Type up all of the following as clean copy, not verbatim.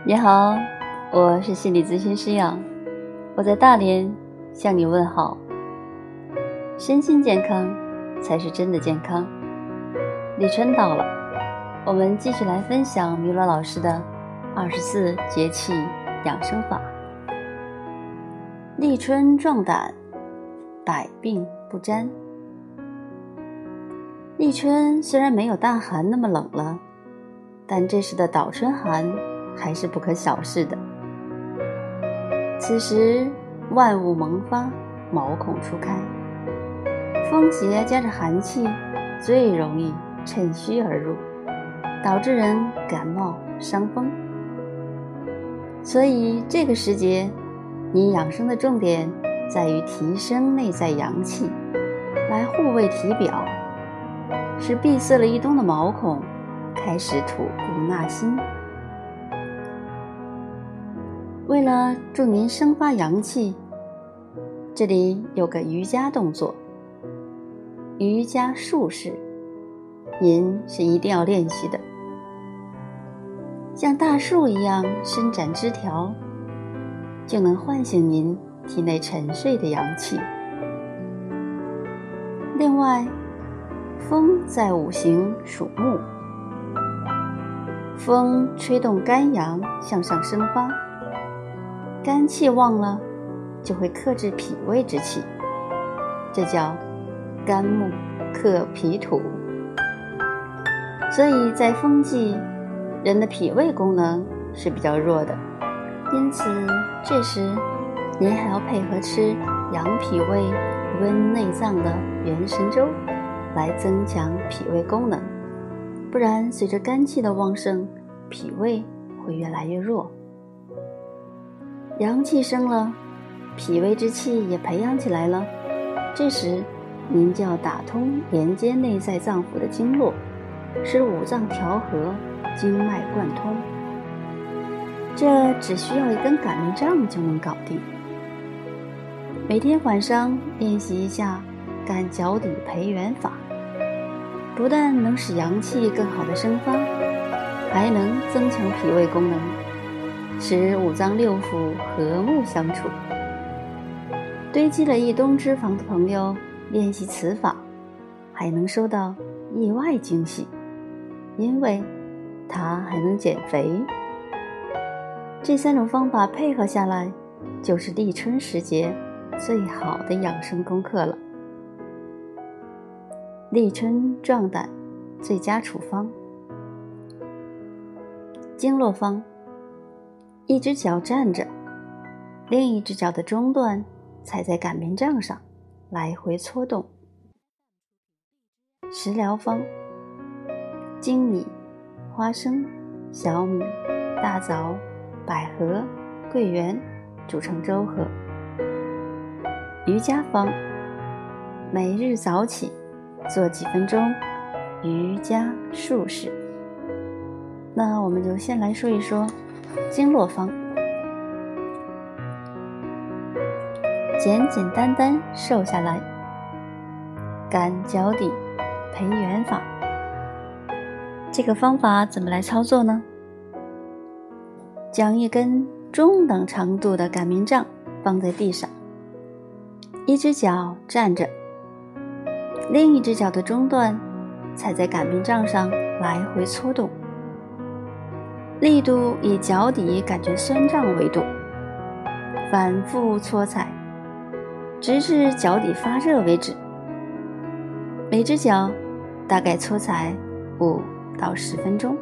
你好，我是心理咨询师杨，我在大连向你问好。身心健康才是真的健康。立春到了，我们继续来分享米罗老师的24节气养生法。立春壮胆，百病不沾。立春虽然没有大寒那么冷了，但这时的倒春寒还是不可小视的。此时万物萌发，毛孔初开，风邪加上寒气最容易趁虚而入，导致人感冒伤风。所以这个时节，你养生的重点在于提升内在阳气，来护卫体表，使闭塞了一冬的毛孔开始吐故纳新。为了助您生发阳气，这里有个瑜伽动作，瑜伽术式，您是一定要练习的。像大树一样伸展枝条，就能唤醒您体内沉睡的阳气。另外，风在五行属木，风吹动肝阳向上生发，肝气旺了就会克制脾胃之气，这叫肝木克脾土。所以在风季，人的脾胃功能是比较弱的，因此这时您还要配合吃养脾胃温内脏的元神粥来增强脾胃功能，不然随着肝气的旺盛，脾胃会越来越弱。阳气生了，脾胃之气也培养起来了，这时您就要打通连接内在脏腑的经络，使五脏调和，经脉贯通。这只需要一根擀面杖就能搞定。每天晚上练习一下干脚底培元法，不但能使阳气更好的生发，还能增强脾胃功能，使五脏六腑和睦相处。堆积了一冬脂肪的朋友练习此法，还能收到意外惊喜，因为它还能减肥。这3种方法配合下来，就是立春时节最好的养生功课了。立春壮胆最佳处方。经络方，一只脚站着，另一只脚的中段踩在擀面杖上，来回搓动。食疗方，粳米、花生、小米、大枣、百合、桂圆煮成粥喝。瑜伽方，每日早起做几分钟瑜伽术式。那我们就先来说一说经络方。简简单单瘦下来，干脚底培元法。这个方法怎么来操作呢？将一根中等长度的擀面杖放在地上，一只脚站着，另一只脚的中段踩在擀面杖上来回搓动，力度以脚底感觉酸胀为度，反复搓踩，直至脚底发热为止。每只脚大概搓踩5到10分钟。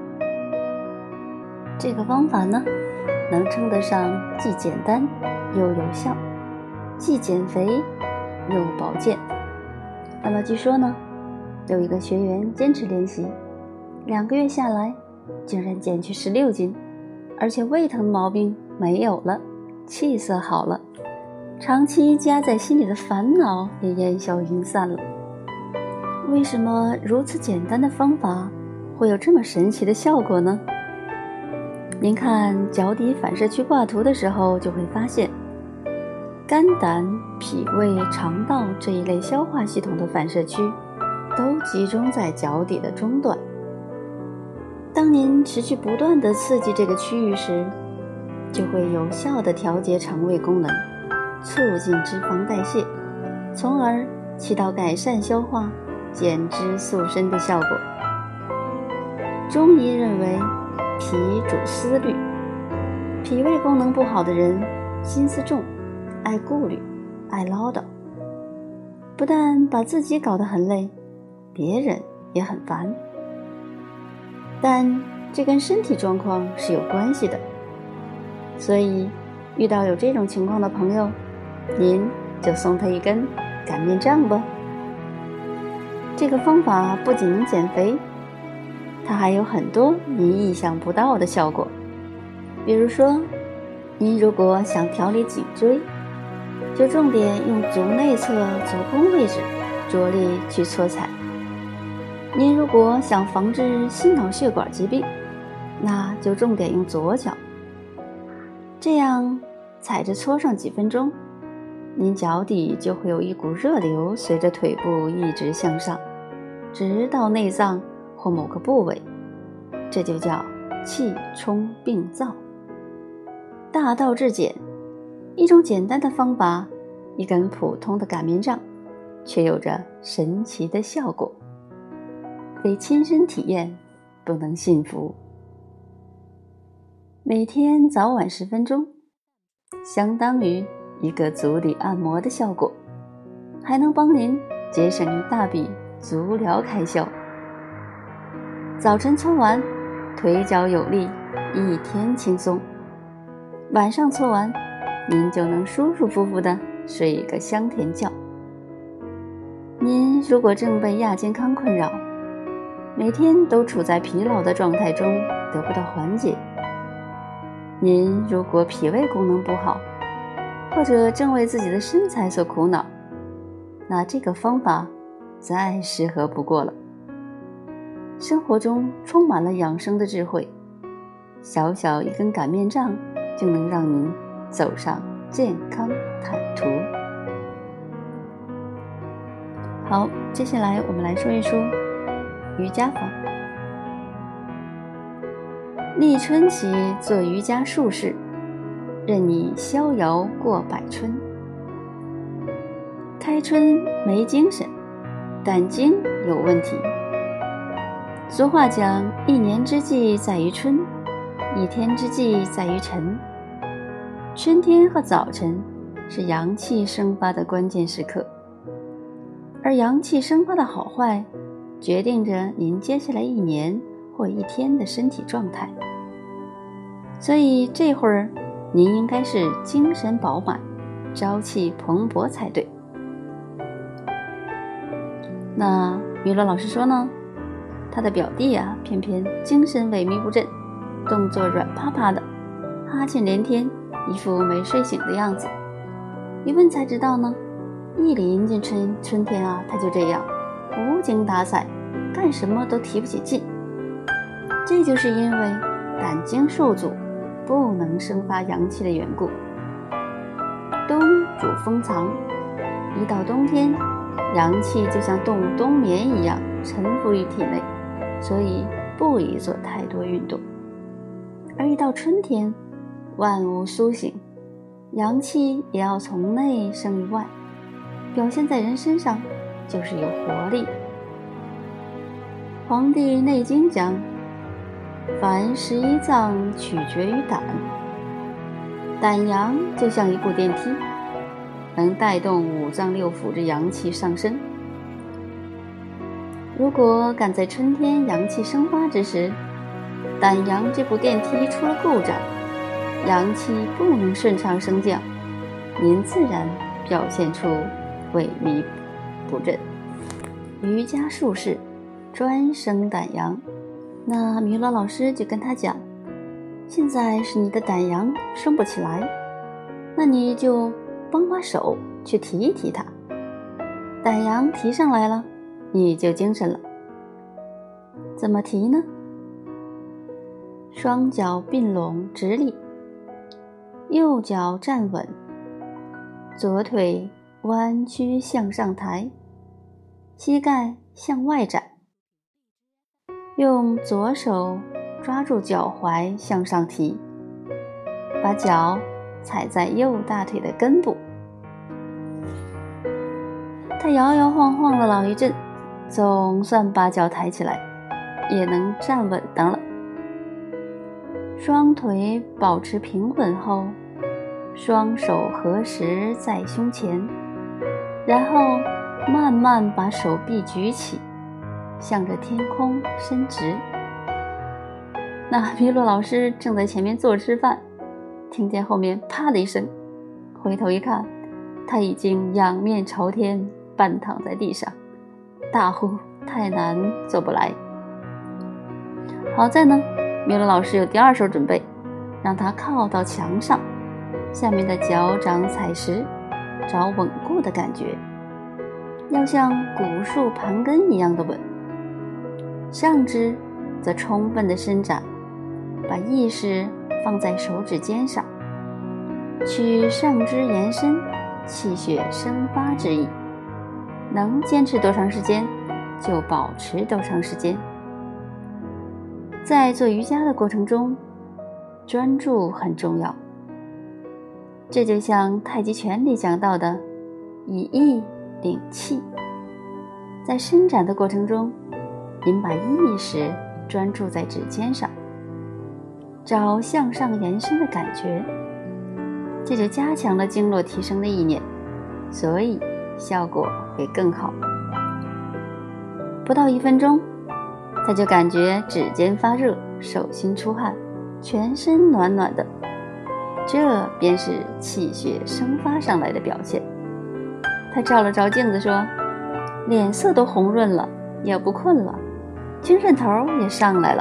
这个方法呢，能称得上既简单又有效，既减肥又保健。那么据说呢，有一个学员坚持练习，2个月下来竟然减去16斤，而且胃疼毛病没有了，气色好了，长期夹在心里的烦恼也烟消云散了。为什么如此简单的方法会有这么神奇的效果呢？您看脚底反射区挂图的时候就会发现，肝胆、脾胃、肠道这一类消化系统的反射区都集中在脚底的中段。 当您持续不断地刺激这个区域时，就会有效地调节肠胃功能，促进脂肪代谢，从而起到改善消化、减脂塑身的效果。中医认为，脾主思虑，脾胃功能不好的人心思重，爱顾虑，爱唠叨，不但把自己搞得很累，别人也很烦。但这跟身体状况是有关系的，所以遇到有这种情况的朋友，您就送他一根擀面杖吧。这个方法不仅能减肥，它还有很多您意想不到的效果。比如说，您如果想调理颈椎，就重点用足内侧足弓位置着力去搓踩。您如果想防治心脑血管疾病，那就重点用左脚。这样踩着搓上几分钟，您脚底就会有一股热流随着腿部一直向上，直到内脏或某个部位，这就叫气冲并燥。大道至简，一种简单的方法，一根普通的擀面杖，却有着神奇的效果。非亲身体验不能信服。每天早晚10分钟，相当于一个足底按摩的效果，还能帮您节省一大笔足疗开销。早晨搓完，腿脚有力，一天轻松；晚上搓完，您就能舒舒服服地睡一个香甜觉。您如果正被亚健康困扰，每天都处在疲劳的状态中，得不到缓解；您如果脾胃功能不好，或者正为自己的身材所苦恼，那这个方法再适合不过了。生活中充满了养生的智慧，小小一根擀面杖就能让您走上健康坦途。好，接下来我们来说一说瑜伽法。立春起做瑜伽术式，任你逍遥过百春。开春没精神，胆经有问题。俗话讲，一年之计在于春，一天之计在于晨。春天和早晨是阳气生发的关键时刻，而阳气生发的好坏决定着您接下来一年或一天的身体状态。所以这会儿您应该是精神饱满，朝气蓬勃才对。那米洛老师说呢，他的表弟啊，偏偏精神萎靡不振，动作软趴趴的，哈欠连天，一副没睡醒的样子。一问才知道呢，一临近春天啊，他就这样无精打采，干什么都提不起劲。这就是因为胆经受阻，不能生发阳气的缘故。冬主封藏，一到冬天，阳气就像动物冬眠一样沉浮于体内，所以不宜做太多运动。而一到春天，万物苏醒，阳气也要从内生于外，表现在人身上就是有活力。黄帝内经讲，凡11脏取决于胆，胆阳就像一部电梯，能带动5脏6腑之阳气上升。如果赶在春天阳气生发之时，胆阳这部电梯出了故障，阳气不能顺畅升降，您自然表现出萎靡不振。瑜伽术士专生胆阳，那米洛老师就跟他讲，现在是你的胆阳升不起来，那你就帮把手去提一提它，胆阳提上来了，你就精神了。怎么提呢？双脚并拢直立，右脚站稳，左腿弯曲向上抬，膝盖向外展，用左手抓住脚踝向上提，把脚踩在右大腿的根部。他摇摇晃晃了老一阵，总算把脚抬起来，也能站稳当了。双腿保持平稳后，双手合十在胸前，然后慢慢把手臂举起，向着天空伸直。那米洛老师正在前面坐吃饭，听见后面啪的一声，回头一看，他已经仰面朝天，半躺在地上，大呼太难，做不来。好在呢，米洛老师有第二手准备，让他靠到墙上，下面的脚掌踩实，找稳固的感觉，要像古树盘根一样的稳。上肢则充分的伸展，把意识放在手指尖上，取上肢延伸，气血生发之意。能坚持多长时间就保持多长时间。在做瑜伽的过程中，专注很重要。这就像太极拳里讲到的以意领气。在伸展的过程中，您把意识专注在指尖上，找向上延伸的感觉，这就加强了经络提升的意念，所以效果会更好。不到1分钟，他就感觉指尖发热，手心出汗，全身暖暖的，这便是气血生发上来的表现。他照了照镜子说，脸色都红润了，也不困了，精神头也上来了。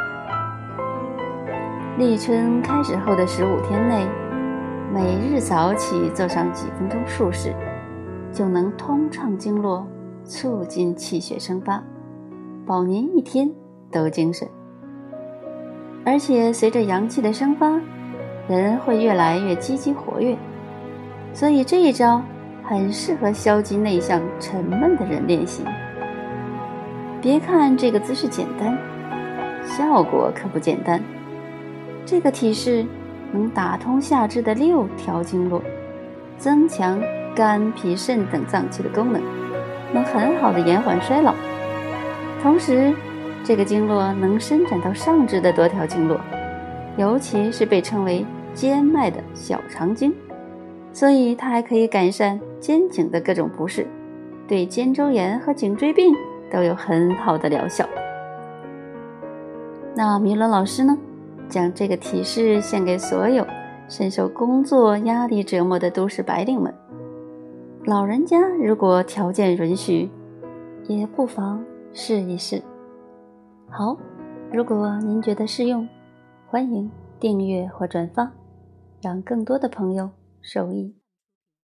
立春开始后的15天内，每日早起做上几分钟数式，就能通畅经络，促进气血生发，保您一天都精神。而且随着阳气的生发，人会越来越积极活跃，所以这一招很适合消极内向沉闷的人练习。别看这个姿势简单，效果可不简单。这个体式能打通下肢的6条经络，增强肝脾肾等脏器的功能，能很好的延缓衰老。同时这个经络能伸展到上肢的多条经络，尤其是被称为肩脉的小肠经，所以它还可以改善肩颈的各种不适，对肩周炎和颈椎病都有很好的疗效。那米伦老师呢，将这个体式献给所有深受工作压力折磨的都市白领们。老人家如果条件允许，也不妨试一试。好，如果您觉得适用，欢迎订阅或转发，让更多的朋友受益。